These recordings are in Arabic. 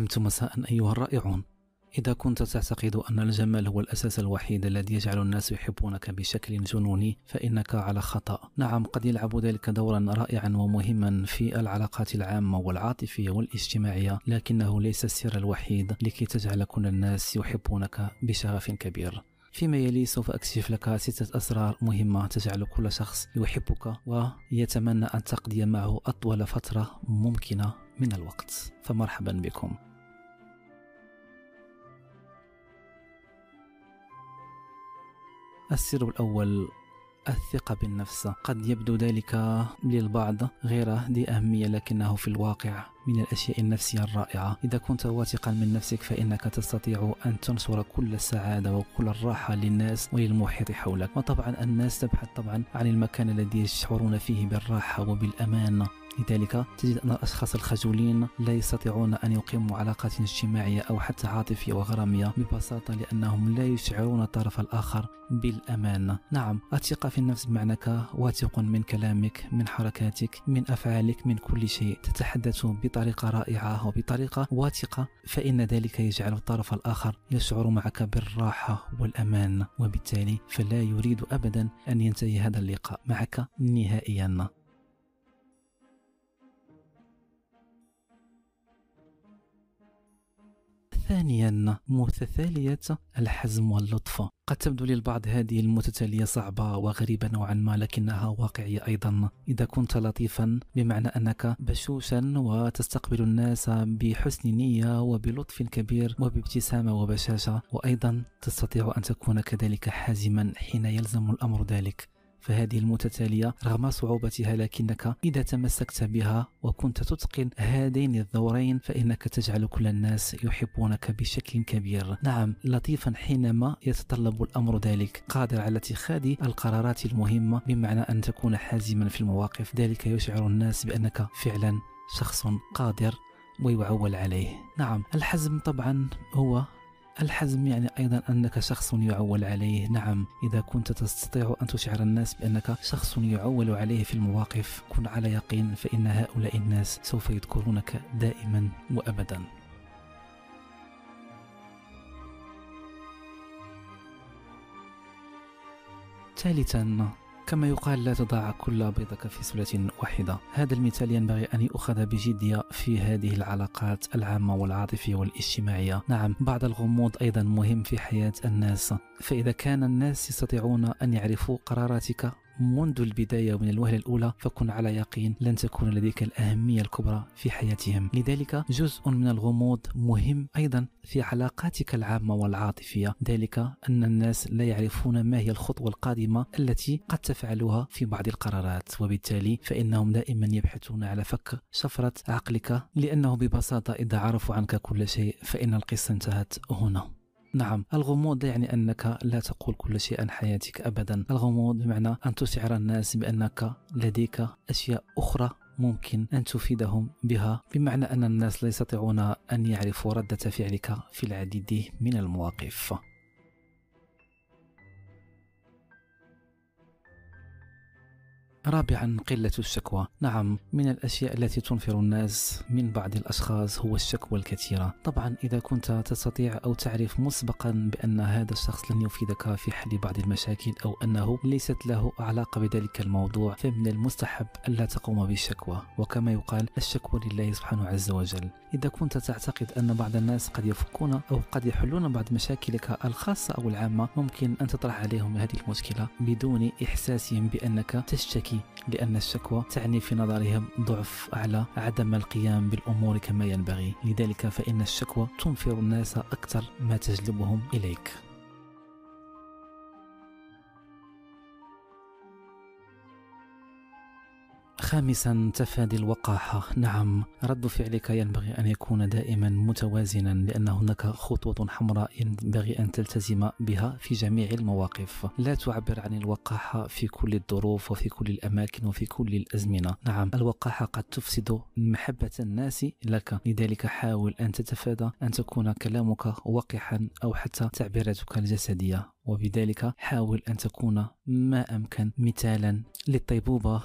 دمتم مساء أيها الرائعون. إذا كنت تعتقد أن الجمال هو الأساس الوحيد الذي يجعل الناس يحبونك بشكل جنوني فإنك على خطأ. نعم، قد يلعب ذلك دورا رائعا ومهما في العلاقات العامة والعاطفية والاجتماعية، لكنه ليس السر الوحيد لكي تجعل كل الناس يحبونك بشغف كبير. فيما يلي سوف أكشف لك 6 أسرار مهمة تجعل كل شخص يحبك ويتمنى أن تقضي معه أطول فترة ممكنة من الوقت. فمرحبا بكم. السر الأول: الثقة بالنفس. قد يبدو ذلك للبعض غير ذي أهمية، لكنه في الواقع من الأشياء النفسية الرائعة. إذا كنت واثقا من نفسك فإنك تستطيع أن تنشر كل السعادة وكل الراحة للناس وللمحيط حولك. وطبعا الناس تبحث طبعا عن المكان الذي يشعرون فيه بالراحة وبالأمان، لذلك تجد أن الأشخاص الخجولين لا يستطيعون أن يقيموا علاقات اجتماعية أو حتى عاطفية وغرامية ببساطة لأنهم لا يشعرون الطرف الآخر بالأمان. نعم، الثقة في النفس بمعنى واثق من كلامك، من حركاتك، من أفعالك، من كل شيء. تتحدث بطريقة رائعة وبطريقة واثقة، فإن ذلك يجعل الطرف الآخر يشعر معك بالراحة والأمان، وبالتالي فلا يريد أبدا أن ينتهي هذا اللقاء معك نهائيا. ثانيا، متتالية الحزم واللطف. قد تبدو للبعض هذه المتتالية صعبة وغريبة نوعا ما، لكنها واقعية أيضا. إذا كنت لطيفا بمعنى أنك بشوشا وتستقبل الناس بحسن نية وبلطف كبير وبابتسامة وبشاشة، وأيضا تستطيع أن تكون كذلك حازما حين يلزم الأمر ذلك، فهذه المتتالية رغم صعوبتها لكنك إذا تمسكت بها وكنت تتقن هذين الدورين فإنك تجعل كل الناس يحبونك بشكل كبير. نعم، لطيفا حينما يتطلب الأمر ذلك، قادر على اتخاذ القرارات المهمة بمعنى أن تكون حازما في المواقف، ذلك يشعر الناس بأنك فعلا شخص قادر ويعول عليه. نعم، الحزم طبعا هو الحزم يعني أيضا أنك شخص يعول عليه. نعم، إذا كنت تستطيع أن تشعر الناس بأنك شخص يعول عليه في المواقف، كن على يقين فإن هؤلاء الناس سوف يذكرونك دائما وأبدا. ثالثا، كما يقال لا تضع كل بيضك في سلة واحدة. هذا المثال ينبغي أن يؤخذ بجدية في هذه العلاقات العامة والعاطفية والاجتماعية. نعم، بعض الغموض أيضا مهم في حياة الناس، فإذا كان الناس يستطيعون أن يعرفوا قراراتك منذ البداية ومن الوهلة الأولى فكن على يقين لن تكون لديك الأهمية الكبرى في حياتهم. لذلك جزء من الغموض مهم أيضا في علاقاتك العامة والعاطفية، ذلك أن الناس لا يعرفون ما هي الخطوة القادمة التي قد تفعلها في بعض القرارات، وبالتالي فإنهم دائما يبحثون على فك شفرة عقلك، لأنه ببساطة إذا عرفوا عنك كل شيء فإن القصة انتهت هنا. نعم، الغموض يعني أنك لا تقول كل شيء عن حياتك أبدا. الغموض بمعنى أن تشعر الناس بأنك لديك أشياء أخرى ممكن أن تفيدهم بها، بمعنى أن الناس لا يستطيعون أن يعرفوا ردة فعلك في العديد من المواقف. رابعا، قلة الشكوى. نعم، من الأشياء التي تنفر الناس من بعض الأشخاص هو الشكوى الكثيرة. طبعا إذا كنت تستطيع أو تعرف مسبقا بأن هذا الشخص لن يفيدك في حل بعض المشاكل أو أنه ليست له علاقة بذلك الموضوع، فمن المستحب ألا تقوم بالشكوى. وكما يقال الشكوى لله سبحانه عز وجل. إذا كنت تعتقد أن بعض الناس قد يفكون أو قد يحلون بعض مشاكلك الخاصة أو العامة، ممكن أن تطرح عليهم هذه المشكلة بدون إحساسهم بأنك تشتكي، لأن الشكوى تعني في نظرهم ضعف على عدم القيام بالأمور كما ينبغي. لذلك فإن الشكوى تنفر الناس أكثر ما تجلبهم إليك. خامسا، تفادي الوقاحة. نعم، رد فعلك ينبغي أن يكون دائما متوازنا، لأن هناك خطوة حمراء ينبغي أن تلتزم بها في جميع المواقف. لا تعبر عن الوقاحة في كل الظروف وفي كل الأماكن وفي كل الأزمنة. نعم، الوقاحة قد تفسد محبة الناس لك، لذلك حاول أن تتفادى أن تكون كلامك وقحا أو حتى تعبيراتك الجسدية، وبذلك حاول أن تكون ما أمكن مثالا للطيبوبة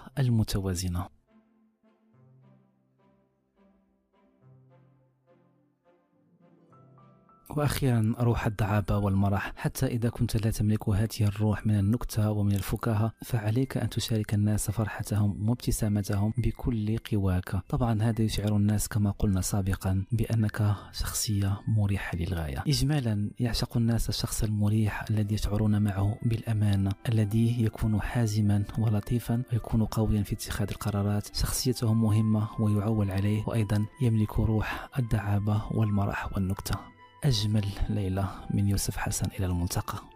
المتوازنة. وأخيرا روح الدعابة والمرح. حتى إذا كنت لا تملك هذه الروح من النكتة ومن الفكاهة فعليك أن تشارك الناس فرحتهم وابتسامتهم بكل قواك. طبعا هذا يشعر الناس كما قلنا سابقا بأنك شخصية مريحة للغاية. إجمالا يعشق الناس الشخص المريح الذي يشعرون معه بالأمان، الذي يكون حازما ولطيفا ويكون قويا في اتخاذ القرارات، شخصيته مهمة ويعول عليه، وأيضا يملك روح الدعابة والمرح والنكتة. أجمل ليلة من يوسف حسن، إلى الملتقى.